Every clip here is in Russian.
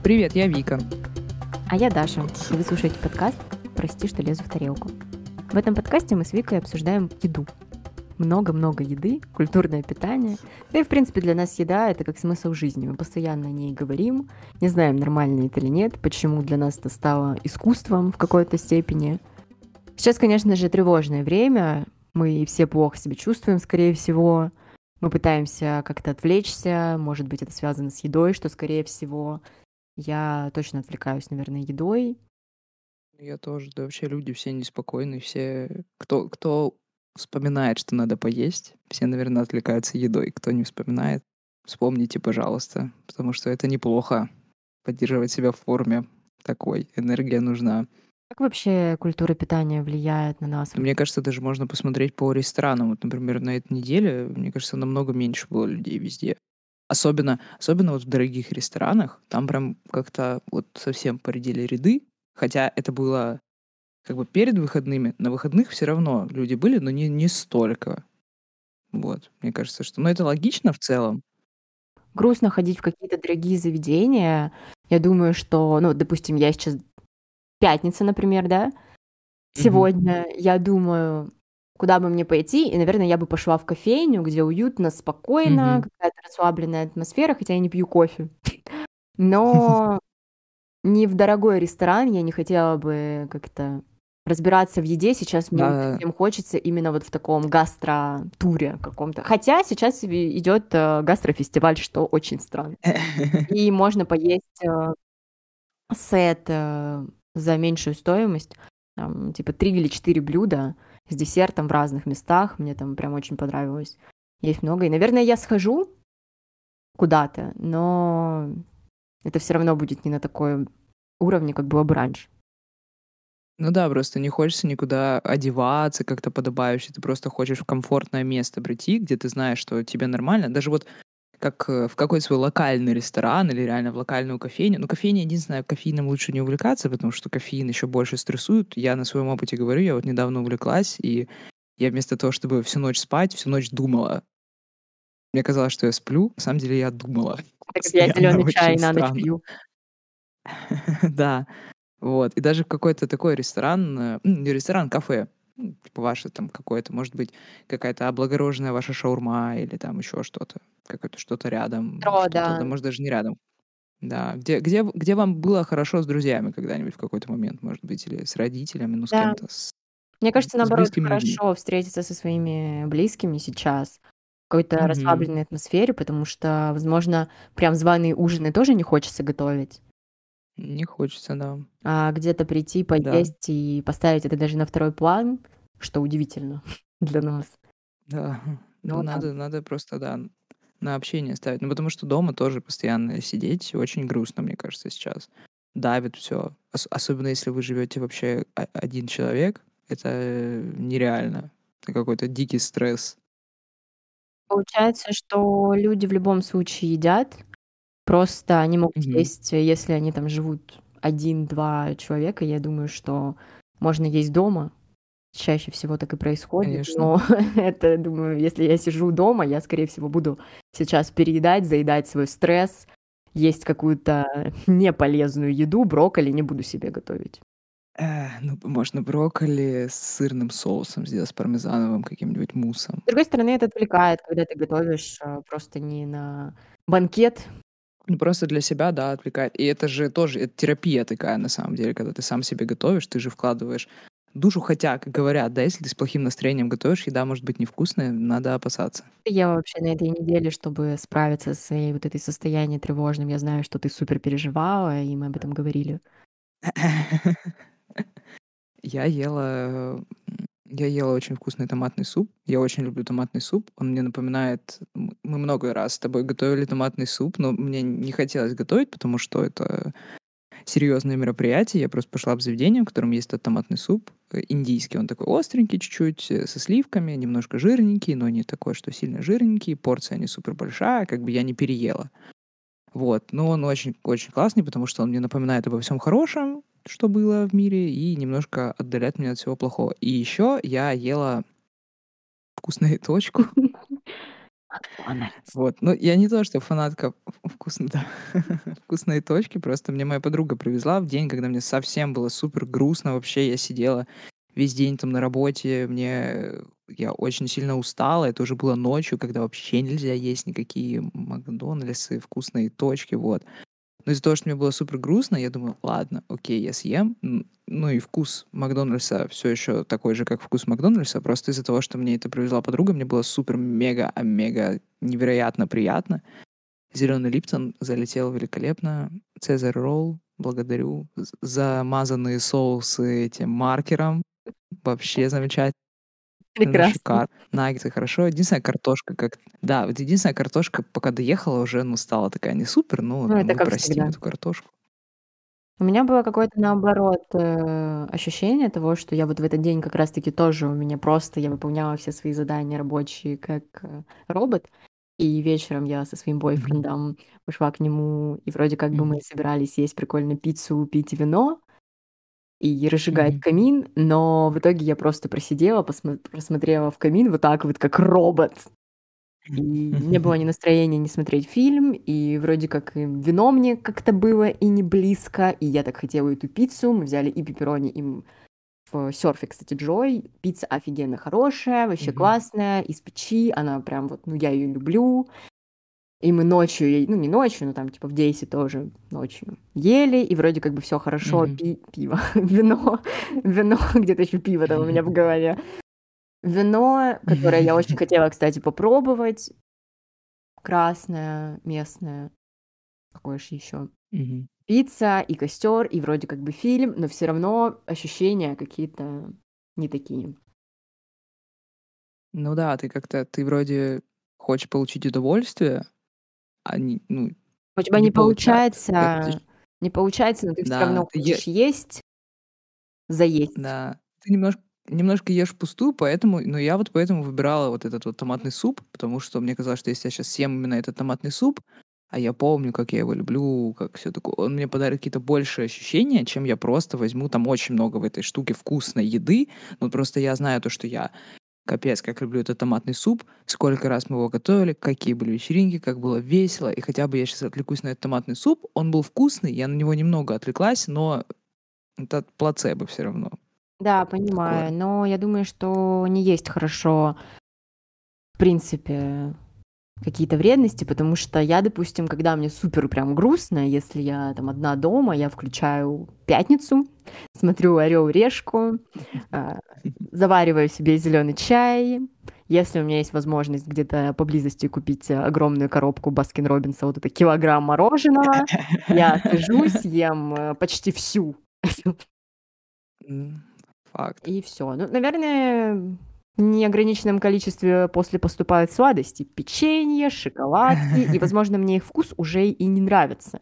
Привет, я Вика. А я Даша, и вы слушаете подкаст «Прости, что лезу в тарелку». В этом подкасте мы с Викой обсуждаем еду. Много-много еды, культурное питание. Да и, в принципе, для нас еда — это как смысл жизни. Мы постоянно о ней говорим, не знаем, нормально это или нет, почему для нас это стало искусством в какой-то степени. Сейчас, конечно же, тревожное время, мы все плохо себя чувствуем, скорее всего. Мы пытаемся как-то отвлечься, может быть, это связано с едой, что, скорее всего, я точно отвлекаюсь, наверное, едой. Я тоже, да вообще люди все неспокойные, все, кто вспоминает, что надо поесть, все, наверное, отвлекаются едой. Кто не вспоминает, вспомните, пожалуйста, потому что это неплохо поддерживать себя в форме такой. Энергия нужна. Как вообще культура питания влияет на нас? Мне кажется, даже можно посмотреть по ресторанам. Вот, например, на этой неделе, мне кажется, намного меньше было людей везде. Особенно вот в дорогих ресторанах, там прям как-то вот совсем поредели ряды, хотя это было как бы перед выходными. На выходных все равно люди были, но не столько. Вот. Мне кажется, что, ну, это логично в целом. Грустно ходить в какие-то дорогие заведения. Я думаю, что, ну, допустим, я сейчас пятница, например, да, Мгм. сегодня я думаю, куда бы мне пойти, и, наверное, я бы пошла в кофейню, где уютно, спокойно, Мгм. какая-то расслабленная атмосфера, хотя я не пью кофе. Но не в дорогой ресторан, я не хотела бы как-то разбираться в еде. Сейчас мне не Да. совсем хочется именно вот в таком гастро-туре каком-то. Хотя сейчас идет гастрофестиваль, что очень странно. И можно поесть сет за меньшую стоимость, там, типа 3 или 4 блюда с десертом в разных местах. Мне там прям очень понравилось. Есть много. И, наверное, я схожу куда-то, но это все равно будет не на такой уровне, как было бы раньше. Ну да, просто не хочется никуда одеваться как-то подобающе. Ты просто хочешь в комфортное место прийти, где ты знаешь, что тебе нормально. Даже вот как в какой-то свой локальный ресторан или реально в локальную кофейню. Ну, кофейня, единственное, кофеином лучше не увлекаться, потому что кофеин еще больше стрессует. Я на своем опыте говорю, я вот недавно увлеклась, и я вместо того, чтобы всю ночь спать, всю ночь думала. Мне казалось, что я сплю, на самом деле я думала Так как я постоянно, зеленый очень чай на ночь странно. пью. Да, вот. И даже в какой-то такой ресторан, не ресторан, кафе, типа ваше там какое-то, может быть, какая-то облагороженная ваша шаурма или там еще что-то, какое-то что-то рядом, Метро, что-то, да, да. может, даже не рядом. Да, где вам было хорошо с друзьями когда-нибудь в какой-то момент, может быть, или с родителями, ну, с Да. кем-то, с Мне кажется, с наоборот, близкими людьми. хорошо встретиться со своими близкими сейчас в какой-то Мгм. расслабленной атмосфере, потому что, возможно, прям званые ужины тоже не хочется готовить, Не хочется, да. а где-то прийти, Да, поесть и поставить это даже на второй план, что удивительно для нас. да. Ну, Но да. надо просто, да, на общение ставить. Ну, потому что дома тоже постоянно сидеть очень грустно, мне кажется, сейчас. Давит все. Особенно если вы живете вообще один человек, это нереально. Это какой-то дикий стресс. Получается, что люди в любом случае едят, просто они могут Мгм. есть, если они там живут один-два человека. Я думаю, что можно есть дома. Чаще всего так и происходит, Конечно. но это, думаю, если я сижу дома, я, скорее всего, буду сейчас переедать, заедать свой стресс, есть какую-то неполезную еду, брокколи не буду себе готовить. Ну, можно брокколи с сырным соусом сделать, с пармезановым каким-нибудь муссом. С другой стороны, это отвлекает, когда ты готовишь, просто не на банкет. Ну, просто для себя, да, отвлекает. И это же тоже, это терапия такая, на самом деле, когда ты сам себе готовишь, ты же вкладываешь душу, хотя, как говорят, да, если ты с плохим настроением готовишь, еда может быть невкусная, надо опасаться. Я вообще на этой неделе, чтобы справиться со своей вот этой состоянием тревожным, я знаю, что ты супер переживала, и мы об этом говорили. Я ела, я ела очень вкусный томатный суп. Я очень люблю томатный суп. Он мне напоминает... Мы много раз с тобой готовили томатный суп, но мне не хотелось готовить, потому что это серьезное мероприятие. Я просто пошла в заведение, в котором есть этот томатный суп, индийский. Он такой остренький чуть-чуть, со сливками, немножко жирненький, но не такой, что сильно жирненький. Порция не супер большая, как бы я не переела. Вот. Но он очень, очень классный, потому что он мне напоминает обо всем хорошем, что было в мире, и немножко отдаляет меня от всего плохого. И еще я ела вкусную точку. Макдональдс. Вот. Ну, я не то, что фанатка вкусно, да, вкусной точки, просто мне моя подруга привезла в день, когда мне совсем было супер грустно вообще. Я сидела весь день там на работе, я очень сильно устала. Это уже было ночью, когда вообще нельзя есть никакие "Макдональдсы", вкусные точки, вот. Но из-за того, что мне было супер грустно, я думаю: "Ладно, окей, я съем". Ну и вкус "Макдональдса" все еще такой же, как вкус "Макдональдса". Просто из-за того, что мне это привезла подруга, мне было супер мега невероятно приятно. Зеленый "Липтон" залетел великолепно. "Цезарь ролл", благодарю. Замазанные соусы этим маркером. Вообще замечательно, Прекрасно. шикарно. Наггетсы хорошо. Единственная картошка как да, вот единственная картошка, пока доехала, уже, ну, стала такая не супер, но Ну, это мы как простим всегда. эту картошку. У меня было какое-то, наоборот, ощущение того, что я вот в этот день как раз-таки тоже у меня просто я выполняла все свои задания рабочие как, робот. И вечером я со своим Мгм. бойфрендом пошла к нему, и вроде как бы мы Мгм. собирались есть прикольную пиццу, пить вино и разжигать Мгм. камин, но в итоге я просто просидела, просмотрела в камин вот так вот, как робот. И не было ни настроения не смотреть фильм, и вроде как и вино мне как-то было и не близко, и я так хотела эту пиццу. Мы взяли и пепперони, в серфе, кстати, Джой. Пицца офигенно хорошая, вообще Мгм. классная, из печи, она прям вот, ну, я ее люблю. И мы ночью, ну, не ночью, но там типа в 10 тоже ночью ели, и вроде как бы все хорошо, Мгм. пиво, вино, где-то еще пиво там у меня в голове. Вино, которое я очень хотела, кстати, попробовать, красное, местное. Какое ж еще? Мгм. Пицца и костер, и вроде как бы фильм, но все равно ощущения какие-то не такие. Ну да, ты вроде хочешь получить удовольствие, а ну, У тебя не получается. не получается, но ты все Да, равно хочешь есть, заесть. да, ты немножко ешь впустую, поэтому я вот поэтому выбирала вот этот вот томатный суп, потому что мне казалось, что если я сейчас съем именно этот томатный суп, а я помню, как я его люблю, как все такое, он мне подарит какие-то большие ощущения, чем я просто возьму там очень много в этой штуке вкусной еды. Но просто я знаю то, что я капец, как люблю этот томатный суп, сколько раз мы его готовили, какие были вечеринки, как было весело. И хотя бы я сейчас отвлекусь на этот томатный суп, он был вкусный, я на него немного отвлеклась, но это плацебо все равно Да, такое. понимаю, но я думаю, что не есть хорошо, в принципе, какие-то вредности, потому что я, допустим, когда мне супер прям грустно, если я там одна дома, я включаю "Пятницу", смотрю "Орел и решку", а, завариваю себе зеленый чай. Если у меня есть возможность где-то поблизости купить огромную коробку Баскин Роббинса, вот это килограмм мороженого, я сажусь, ем почти всю. М, Факт. И все. Ну, наверное, в неограниченном количестве после поступают сладости: печенье, шоколадки, и, возможно, мне их вкус уже и не нравится.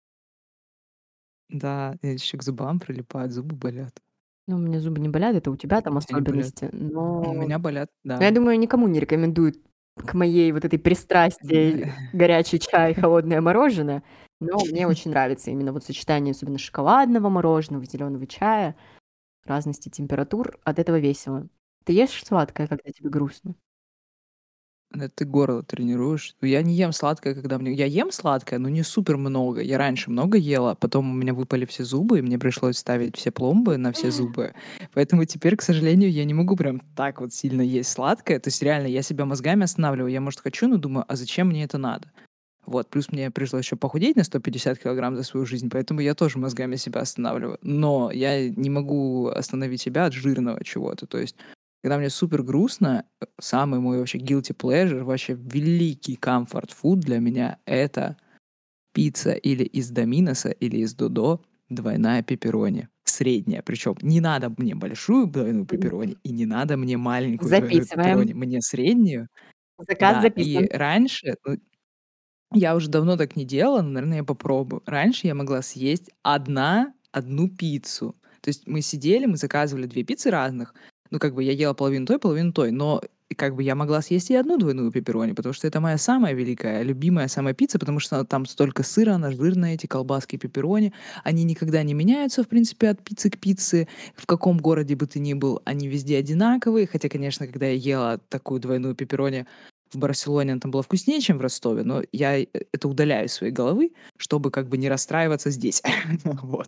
Да, еще к зубам прилипают, зубы болят. Ну, у меня зубы не болят, это у тебя там Они болят. особенности, У но меня болят, я да. думаю, никому не рекомендую к моей вот этой пристрастии горячий чай, холодное мороженое, но мне очень нравится именно вот сочетание особенно шоколадного мороженого, зеленого чая, разности температур, от этого весело. Ты ешь сладкое, когда тебе грустно? Это ты горло тренируешь. Ну, я не ем сладкое, когда мне я ем сладкое, но не супер много. Я раньше много ела, потом у меня выпали все зубы, и мне пришлось ставить все пломбы на все зубы. Поэтому теперь, к сожалению, я не могу прям так вот сильно есть сладкое. То есть реально я себя мозгами останавливаю. Я, может, хочу, но думаю: "А зачем мне это надо?" Вот, плюс мне пришлось еще похудеть на 150 килограмм за свою жизнь, поэтому я тоже мозгами себя останавливаю. Но я не могу остановить себя от жирного чего-то. То есть, когда мне супер грустно, самый мой вообще guilty pleasure, вообще великий comfort food для меня — это пицца или из Доминоса, или из Додо, двойная пепперони. Средняя. Причем не надо мне большую двойную Мгм. пепперони и не надо мне маленькую двойную Записываем. пепперони. Мне среднюю. Заказ Да, и записан. раньше, ну, я уже давно так не делала, но, наверное, я попробую. Раньше я могла съесть одну пиццу. То есть мы сидели, мы заказывали 2 пиццы разных. Ну, как бы я ела половину той, но как бы я могла съесть и одну двойную пепперони, потому что это моя самая великая, любимая самая пицца, потому что там столько сыра, она жирная, эти колбаски, пепперони. Они никогда не меняются, в принципе, от пиццы к пицце. В каком городе бы ты ни был, они везде одинаковые. Хотя, конечно, когда я ела такую двойную пепперони в Барселоне она там была вкуснее, чем в Ростове, но я это удаляю из своей головы, чтобы как бы не расстраиваться здесь. Вот.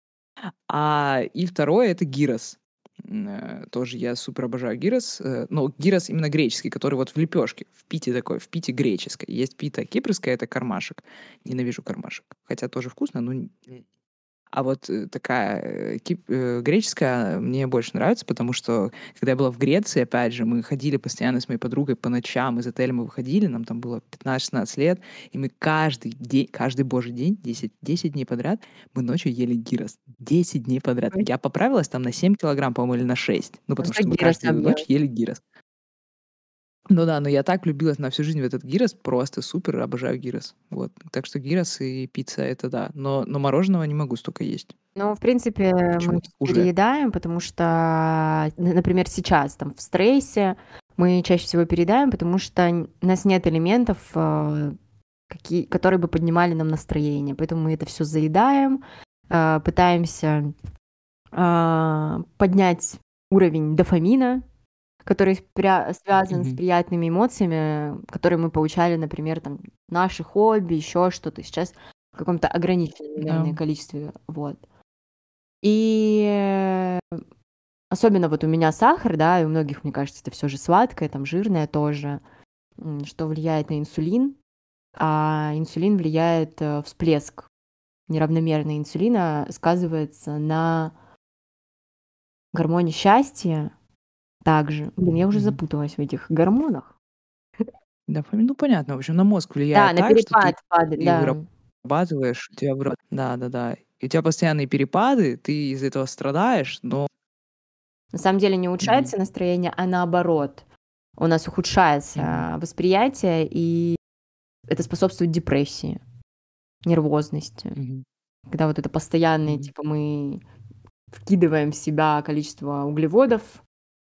И второе — это гирос. Тоже я супер обожаю гирос. Но гирос именно греческий, который вот в лепешке, в пите такой, в пите греческой. Есть пита кипрская, это кармашек. Ненавижу кармашек. Хотя тоже вкусно, но а вот, такая, греческая мне больше нравится, потому что, когда я была в Греции, опять же, мы ходили постоянно с моей подругой по ночам, из отеля мы выходили, нам там было 15-16 лет, и мы каждый день, каждый божий день, 10 дней подряд, мы ночью ели гирос. 10 дней подряд. Ой, Я поправилась там на 7 килограмм, по-моему, или на 6. Ну, ну потому что что мы гироса каждую ночь объелась. ели гирос. Ну да, но я так влюбилась на всю жизнь в этот гирос, просто супер, обожаю гирос. Вот. Так что гирос и пицца — это да. Но мороженого не могу столько есть. Ну, в принципе, мы Почему-то уже. переедаем, потому что, например, сейчас там в стрессе мы чаще всего переедаем, потому что у нас нет элементов, которые бы поднимали нам настроение. Поэтому мы это все заедаем, пытаемся поднять уровень дофамина, который связан с Мгм. приятными эмоциями, которые мы получали, например, там, наши хобби, еще что-то. Сейчас в каком-то ограниченном, Да. наверное, количестве. Вот. И особенно вот у меня сахар, да, и у многих, мне кажется, это все же сладкое, там жирное тоже, что влияет на инсулин, а инсулин влияет, всплеск неравномерный инсулина сказывается на гормоне счастья также. Блин, я уже Мгм. запуталась в этих гормонах. Да, ну понятно. В общем, на мозг Да, влияет на так, что ты перепад падает, и да. вырабатываешь, у тебя да-да-да. И у тебя постоянные перепады, ты из этого страдаешь, но На самом деле не Мгм. улучшается настроение, а наоборот, у нас Мгм. ухудшается восприятие, и это способствует депрессии, нервозности. Мгм. Когда вот это постоянное, Мгм. типа, мы вкидываем в себя количество углеводов,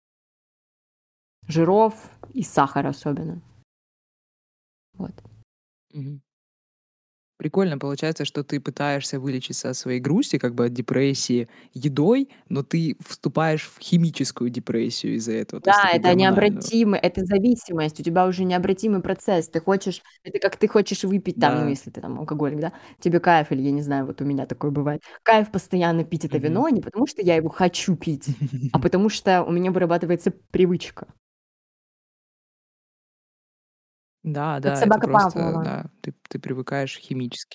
жиров и сахара особенно. Вот. Мгм. Прикольно получается, что ты пытаешься вылечиться от своей грусти, как бы от депрессии едой, но ты вступаешь в химическую депрессию из-за этого, то есть Да, такую это гормональную. необратимо, это зависимость, у тебя уже необратимый процесс. Ты хочешь, это как ты хочешь выпить там, ну, Да. если ты там алкоголик, да, тебе кайф, или я не знаю, вот у меня такое бывает. Кайф постоянно пить это Мгм. вино не потому, что я его хочу пить, а потому что у меня вырабатывается привычка. Да, Как да, это собака просто, Павлова. да, ты привыкаешь химически.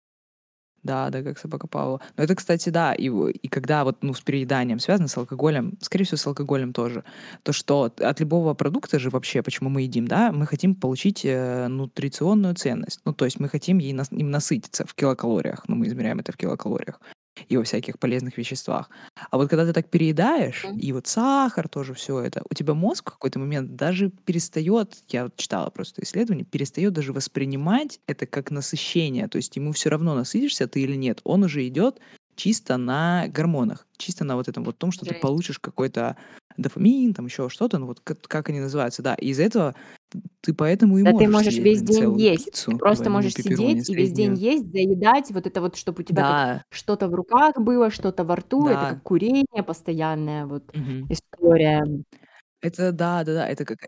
Да, да, как собака Павлова. Но это, кстати, да, и когда вот, ну, с перееданием связано, с алкоголем, скорее всего, с алкоголем тоже, то, что от любого продукта же вообще, почему мы едим, да, мы хотим получить нутриционную ценность. Ну, то есть мы хотим им насытиться в килокалориях, ну, мы измеряем это в килокалориях и во всяких полезных веществах. А вот когда ты так переедаешь, Мгм. и вот сахар тоже все это, у тебя мозг в какой-то момент даже перестает, я вот читала просто исследование, перестает даже воспринимать это как насыщение. То есть ему все равно, насытишься ты или нет. Он уже идет чисто на гормонах, чисто на вот этом вот том, что ты Жесть. получишь какой-то дофамин, там еще что-то, ну вот как они называются, да. И из-за этого ты поэтому и Да ты можешь можешь съесть, весь блин, день целую есть. Ты пиццу просто двойную можешь пепперони, сидеть и весь день среднюю. есть, заедать, вот это вот, чтобы у тебя как Да, что-то в руках было, что-то во рту. Это как да. курение постоянная вот Мгм. история. Это да-да-да,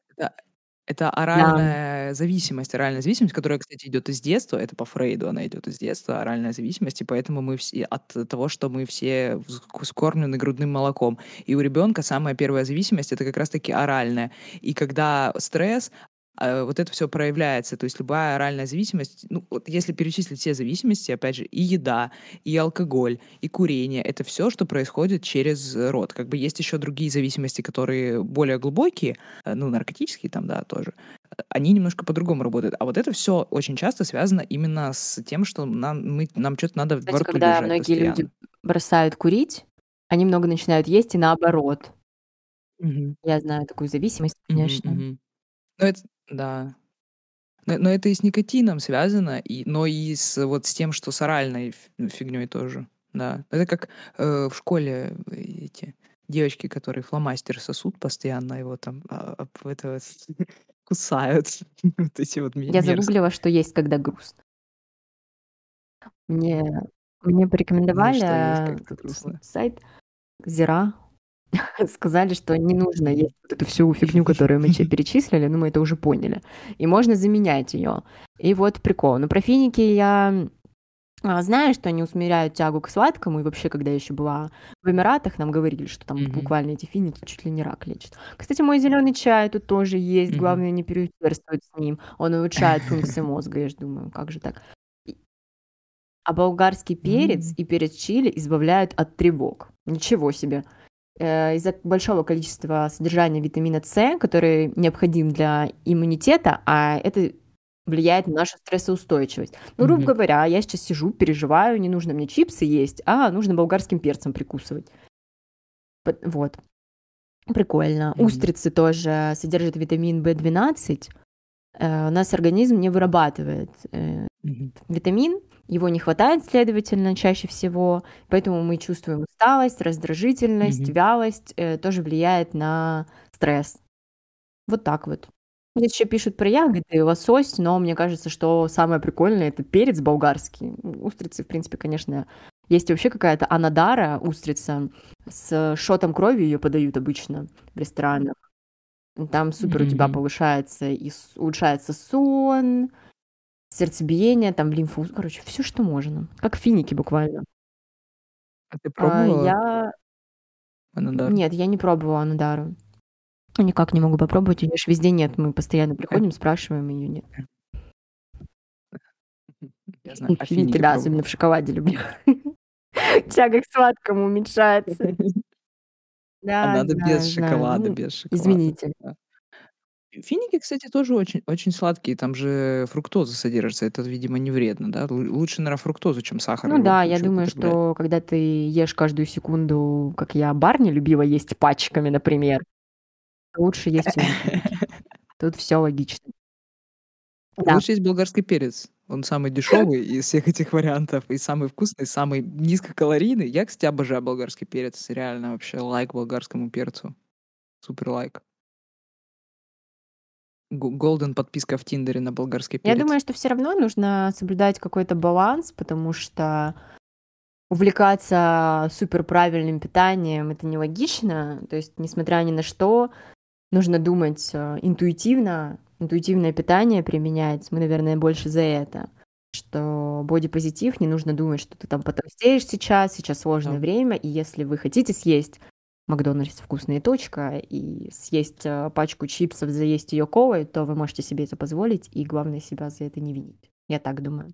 это Да. оральная зависимость, которая, кстати, идет из детства. Это по Фрейду она идет из детства, оральная зависимость, и поэтому мы все от того, что мы все вскормлены грудным молоком. И у ребенка самая первая зависимость — это как раз таки оральная. И когда стресс, вот это все проявляется. То есть любая оральная зависимость, ну, вот если перечислить все зависимости, опять же, и еда, и алкоголь, и курение — это все, что происходит через рот. Как бы есть еще другие зависимости, которые более глубокие, ну, наркотические там, да, тоже. Они немножко по-другому работают. А вот это все очень часто связано именно с тем, что нам что то надо во Кстати, рту когда держать многие люди постоянно. бросают курить, они много начинают есть и наоборот. Мгм. Я знаю такую зависимость, Мгм, конечно. мгм. Ну, это да. Но это и с никотином связано, но и с тем, что с оральной фигней тоже. Да. Это как, в школе эти девочки, которые фломастер сосут постоянно, его там, об это кусают. Вот эти вот Я мерзкие. загуглила, что есть, когда грустно. Мне мне Ну и порекомендовали, что есть, как это тут грустно. сайт Зира. Сказали, что не нужно есть вот эту всю фигню, которую мы тебе перечислили, ну, мы это уже поняли. И можно заменять ее. И вот прикол. Но про финики я знаю, что они усмиряют тягу к сладкому, и вообще, когда я еще была в Эмиратах, нам говорили, что там Мгм. буквально эти финики чуть ли не рак лечат. Кстати, мой зеленый чай тут тоже есть, Мгм. главное не переусердствовать с ним. Он улучшает функции мозга, я же думаю, как же так? И- А болгарский перец М. и перец чили избавляют от тревог. Ничего себе. Из-за большого количества содержания витамина С, который необходим для иммунитета, а это влияет на нашу стрессоустойчивость. Ну, грубо Мгм. говоря, я сейчас сижу, переживаю, не нужно мне чипсы есть, а нужно болгарским перцем прикусывать. Вот, прикольно. Мгм. Устрицы тоже содержат витамин В12. У нас организм не вырабатывает Мгм. витамин, его не хватает, следовательно, чаще всего, поэтому мы чувствуем усталость, раздражительность, Мгм. вялость, тоже влияет на стресс. Вот так вот. Здесь еще пишут про ягоды, лосось, но мне кажется, что самое прикольное — это перец болгарский. Устрицы, в принципе, конечно, есть вообще какая-то анадара, устрица, с шотом крови ее подают обычно в ресторанах. Там супер у тебя Мгм. повышается и улучшается сон, сердцебиение, там лимфу, короче, все, что можно. Как финики буквально. А ты пробовала Я Анандару? нет, я не пробовала анадару. Никак не могу попробовать, её ж везде нет. Мы постоянно Э, приходим, спрашиваем, ее нет. Я знаю. А Финики, финики да, особенно пробовала? в шоколаде люблю. Тяга к сладкому уменьшается. А Да, надо без знаю, знаю. шоколада, Ну, без шоколада. извините. Да. Финики, кстати, тоже очень очень сладкие, там же фруктоза содержится. Это, видимо, не вредно, да? Лучше, наверно, фруктозу, чем сахар в Ну любом да, я случае думаю, употреблять. что когда ты ешь каждую секунду, как я барни любила есть пачками, например, лучше есть именно финики. Тут все логично. Да. Лучше есть болгарский перец. Он самый дешевый из всех этих вариантов и самый вкусный, самый низкокалорийный. Я, кстати, обожаю болгарский перец. Реально вообще лайк болгарскому перцу. Супер лайк. Голден подписка в "Тиндере" на болгарский Я перец. думаю, что все равно нужно соблюдать какой-то баланс, потому что увлекаться суперправильным питанием — это нелогично. То есть, несмотря ни на что, нужно думать, интуитивно, интуитивное питание применять. Мы, наверное, больше за это. Что бодипозитив, не нужно думать, что ты там потолстеешь сейчас Да. сложное время, и если вы хотите съесть "Макдональдс" вкусная точка и съесть, пачку чипсов, заесть ее колой, то вы можете себе это позволить, и главное себя за это не винить. Я так думаю.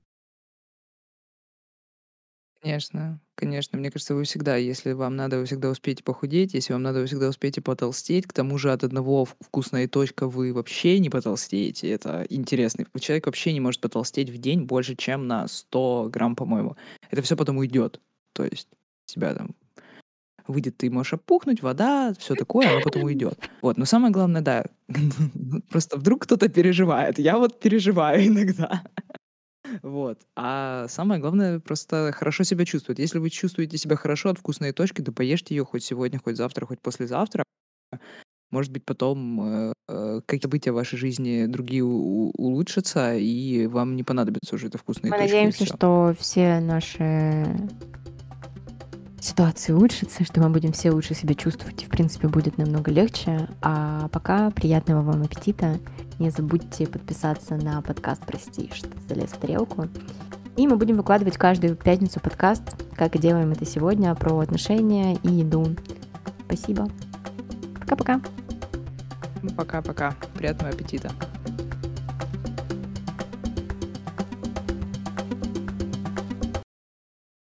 Конечно, конечно. Мне кажется, вы всегда, если вам надо, вы всегда успеете похудеть, если вам надо, вы всегда успеете потолстеть. К тому же от одного вкусной точка вы вообще не потолстеете. Это интересно. Человек вообще не может потолстеть в день больше, чем на 100 грамм, по-моему. Это все потом уйдет. То есть тебя там выйдет, ты можешь опухнуть, вода, все такое, оно потом уйдет. Вот, но самое главное, да, просто вдруг кто-то переживает. Я вот переживаю иногда. Вот. А самое главное, просто хорошо себя чувствовать. Если вы чувствуете себя хорошо от вкусной точки, то поешьте ее хоть сегодня, хоть завтра, хоть послезавтра. Может быть, потом какие-то события в вашей жизни другие улучшатся, и вам не понадобится уже эта вкусная Мы точка, и надеемся, все. что все наши ситуации улучшатся, что мы будем все лучше себя чувствовать, и, в принципе, будет намного легче. А пока приятного вам аппетита. Не забудьте подписаться на подкаст «Прости, что залез в тарелку». И мы будем выкладывать каждую пятницу подкаст, как и делаем это сегодня, про отношения и еду. Спасибо. Пока-пока. Пока-пока. Приятного аппетита.